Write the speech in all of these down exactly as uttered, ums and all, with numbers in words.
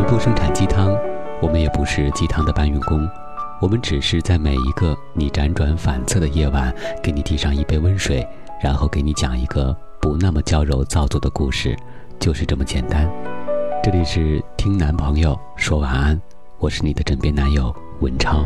不生产鸡汤，我们也不是鸡汤的搬运工，我们只是在每一个你辗转反侧的夜晚，给你递上一杯温水，然后给你讲一个不那么娇柔造作的故事，就是这么简单。这里是听男朋友说晚安，我是你的枕边男友文超。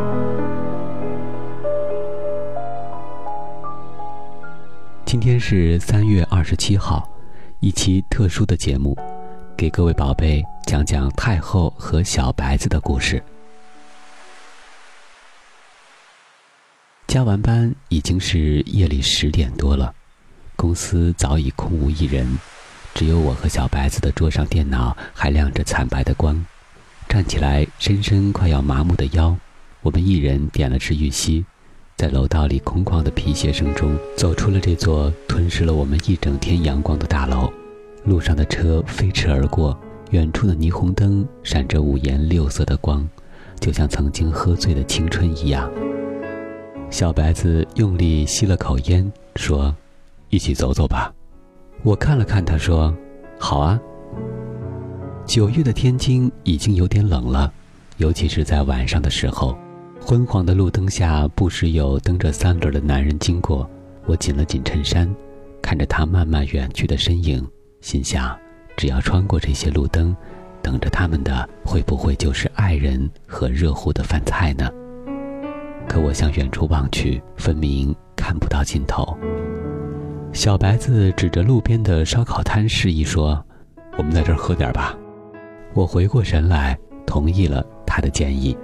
今天是三月二十七号，一期特殊的节目，给各位宝贝讲讲太后和小白子的故事。加完班已经是夜里十点多了，公司早已空无一人，只有我和小白子的桌上电脑还亮着惨白的光。站起来伸伸快要麻木的腰，我们一人点了支玉溪，在楼道里空旷的皮鞋声中走出了这座吞噬了我们一整天阳光的大楼。路上的车飞驰而过，远处的霓虹灯闪着五颜六色的光，就像曾经喝醉的青春一样。小白子用力吸了口烟，说：一起走走吧。我看了看他，说：好啊。九月的天津已经有点冷了，尤其是在晚上的时候，昏黄的路灯下不时有蹬着三轮的男人经过。我紧了紧衬衫，看着他慢慢远去的身影，心想，只要穿过这些路灯，等着他们的会不会就是爱人和热乎的饭菜呢？可我向远处望去，分明看不到尽头。小白子指着路边的烧烤摊示意说：我们在这儿喝点吧。我回过神来，同意了他的建议。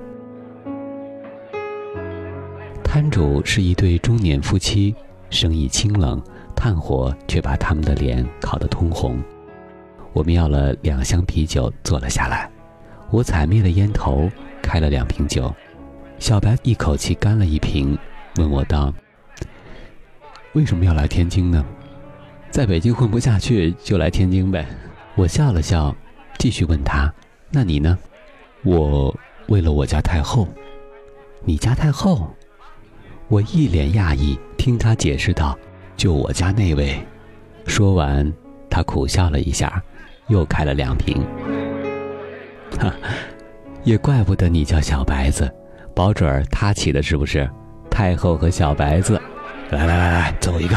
摊主是一对中年夫妻，生意清冷，炭火却把他们的脸烤得通红。我们要了两箱啤酒，坐了下来。我踩灭了烟头，开了两瓶酒。小白一口气干了一瓶，问我道：为什么要来天津呢？在北京混不下去，就来天津呗。我笑了笑，继续问他：那你呢？我为了我家太后。你家太后？我一脸讶异，听他解释道：就我家那位。说完，他苦笑了一下，又开了两瓶。哈，也怪不得你叫小白子，保准儿他起的是不是？太后和小白子，来来来来，走一个。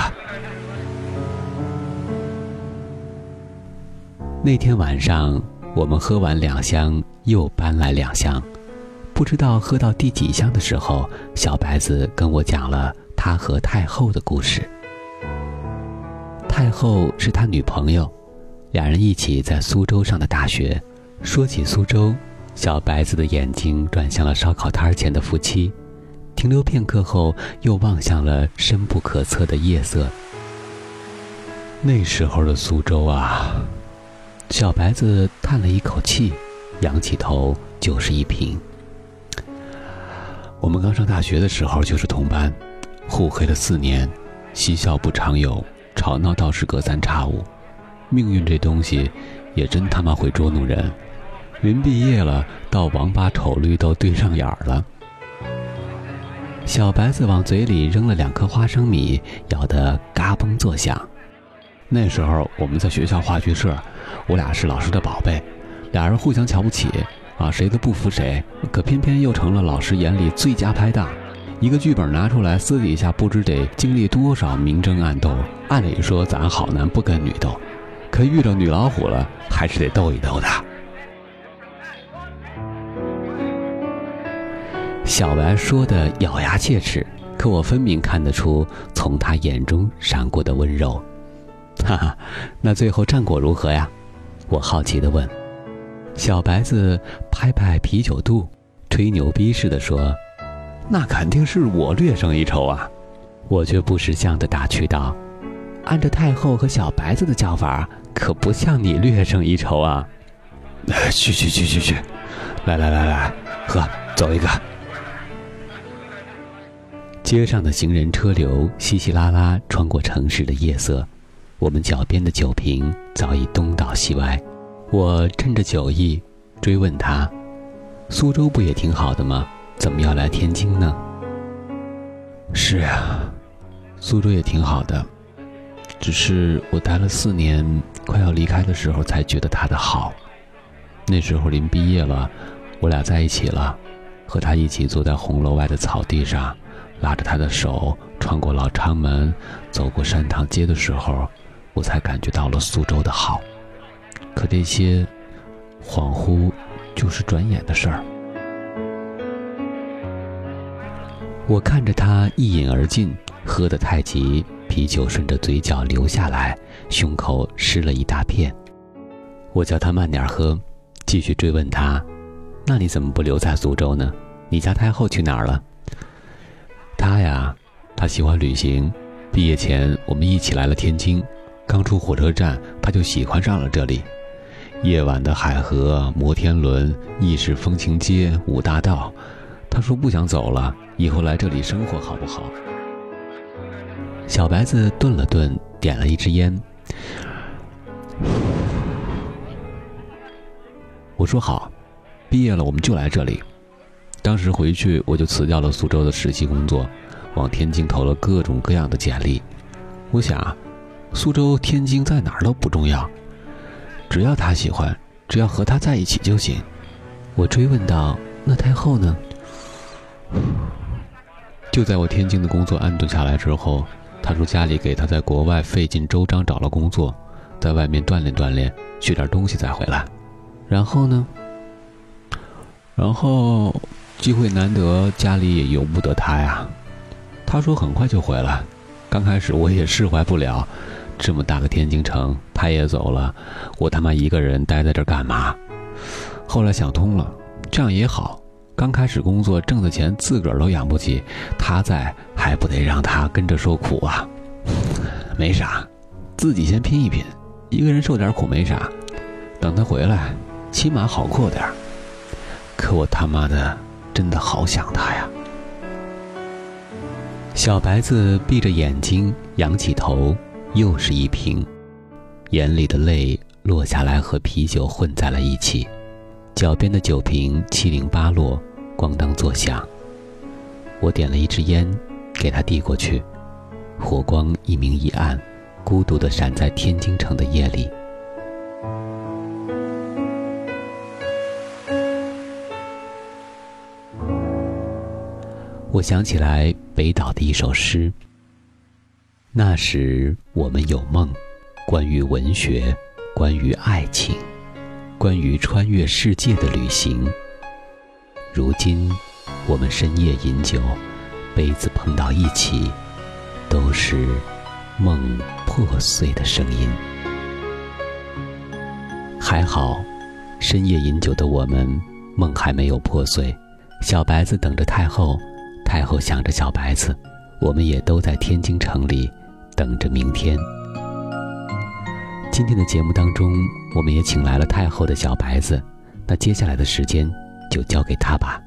那天晚上，我们喝完两箱，又搬来两箱。不知道喝到第几箱的时候，小白子跟我讲了他和太后的故事。太后是他女朋友，两人一起在苏州上的大学。说起苏州，小白子的眼睛转向了烧烤摊前的夫妻，停留片刻后，又望向了深不可测的夜色。那时候的苏州啊，小白子叹了一口气，仰起头就是一瓶。我们刚上大学的时候就是同班，互黑了四年，嬉笑不常有，吵闹倒是隔三差五。命运这东西也真他妈会捉弄人，临毕业了，到王八瞅绿豆对上眼了。小白子往嘴里扔了两颗花生米，咬得嘎嘣作响。那时候我们在学校话剧社，我俩是老师的宝贝，俩人互相瞧不起啊，谁都不服谁，可偏偏又成了老师眼里最佳拍档。一个剧本拿出来，私底下不知得经历多少明争暗斗。按理说咱好男不跟女斗，可遇到女老虎了，还是得斗一斗的。小白说的咬牙切齿，可我分明看得出从他眼中闪过的温柔。哈哈，那最后战果如何呀？我好奇地问。小白子拍拍啤酒肚，吹牛逼似的说：那肯定是我略胜一筹啊。我却不识相地打趣道：按照太后和小白子的叫法，可不像你略胜一筹啊。去去去去去，来来来来，喝，走一个。街上的行人车流稀稀拉拉穿过城市的夜色，我们脚边的酒瓶早已东倒西歪。我趁着酒意追问他：苏州不也挺好的吗？怎么要来天津呢？是啊，苏州也挺好的，只是我待了四年，快要离开的时候才觉得它的好。 那时候临毕业了，我俩在一起了，和他一起坐在红楼外的草地上，拉着他的手穿过老长门，走过山塘街的时候，我才感觉到了苏州的好。可这些恍惚就是转眼的事儿。我看着他一饮而尽，喝得太急，啤酒顺着嘴角流下来，胸口湿了一大片。我叫他慢点喝，继续追问他，那你怎么不留在苏州呢？你家太后去哪儿了？他呀，他喜欢旅行，毕业前我们一起来了天津，刚出火车站他就喜欢上了这里。夜晚的海河、摩天轮、意式风情街、五大道，他说不想走了，以后来这里生活好不好？小白子顿了顿，点了一支烟。我说好，毕业了我们就来这里。当时回去我就辞掉了苏州的实习工作，往天津投了各种各样的简历。我想，苏州、天津在哪儿都不重要，只要他喜欢，只要和他在一起就行。我追问道，那太后呢？就在我天津的工作安顿下来之后，他说家里给他在国外费尽周章找了工作，在外面锻炼锻炼，学点东西再回来。然后呢？然后机会难得，家里也由不得他呀。他说很快就回来。刚开始我也释怀不了，这么大个天津城，他也走了，我他妈一个人待在这儿干嘛？后来想通了，这样也好。刚开始工作挣的钱自个儿都养不起，他在还不得让他跟着受苦啊？没啥，自己先拼一拼，一个人受点苦没啥，等他回来起码好过点。可我他妈的真的好想他呀。小白子闭着眼睛，仰起头，又是一瓶，眼里的泪落下来和啤酒混在了一起，脚边的酒瓶七零八落，咣当作响。我点了一支烟给他递过去，火光一明一暗，孤独地闪在天津城的夜里。我想起来北岛的一首诗，那时我们有梦，关于文学，关于爱情，关于穿越世界的旅行。如今我们深夜饮酒，杯子碰到一起，都是梦破碎的声音。还好深夜饮酒的我们梦还没有破碎，小白子等着太后，太后想着小白子，我们也都在天津城里等着明天。今天的节目当中，我们也请来了太后的小白子，那接下来的时间就交给他吧。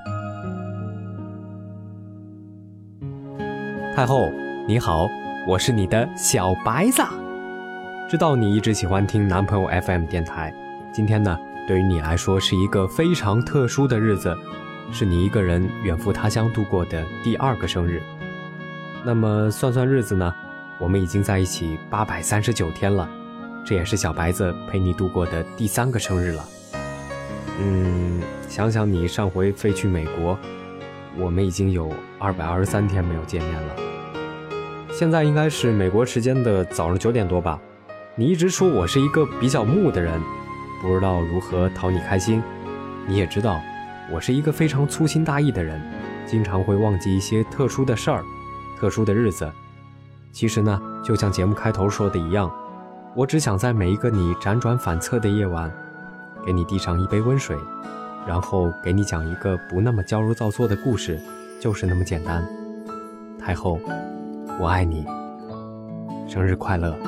太后你好，我是你的小白子。知道你一直喜欢听男朋友 F M 电台，今天呢，对于你来说是一个非常特殊的日子，是你一个人远赴他乡度过的第二个生日。那么算算日子呢，我们已经在一起八百三十九天了，这也是小白子陪你度过的第三个生日了。嗯，想想你上回飞去美国，我们已经有二百二十三天没有见面了。现在应该是美国时间的早上九点多吧。你一直说我是一个比较木的人，不知道如何讨你开心。你也知道我是一个非常粗心大意的人，经常会忘记一些特殊的事儿，特殊的日子。其实呢，就像节目开头说的一样，我只想在每一个你辗转反侧的夜晚，给你递上一杯温水，然后给你讲一个不那么矫揉造作的故事，就是那么简单。太后，我爱你，生日快乐。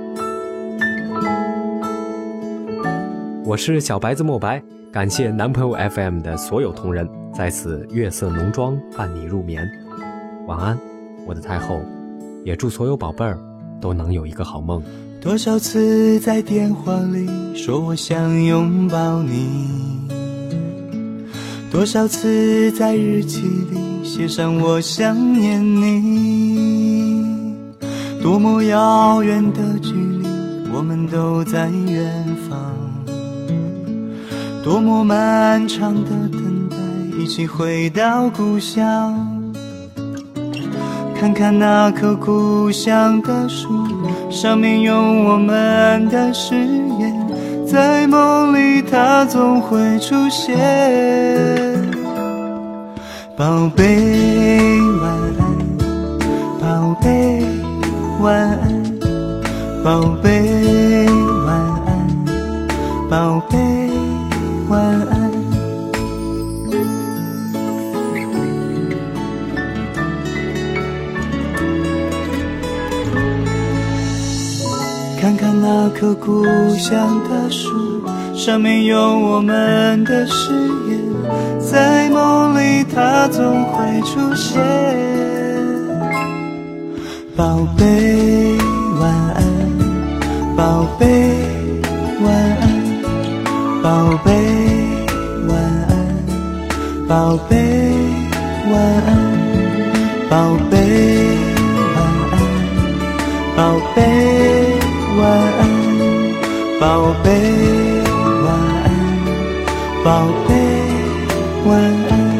我是小白子墨白，感谢男朋友 F M 的所有同仁，在此月色浓妆伴你入眠。晚安，我的太后，也祝所有宝贝儿都能有一个好梦。 多少次在电话里说我想拥抱你，多少次在日记里写上我想念你，多么遥远的距离，我们都在远方， 多么漫长的等待，一起回到故乡，看看那棵故乡的树，上面有我们的誓言，在梦里它总会出现。宝贝晚安，宝贝晚安，宝贝晚安，宝贝晚安。看看那棵故乡的树，上面有我们的誓言，在梦里它总会出现。宝贝晚安，宝贝晚安，宝贝晚安，宝贝晚安，宝贝晚安，宝贝晚安，宝贝晚安，宝贝晚安。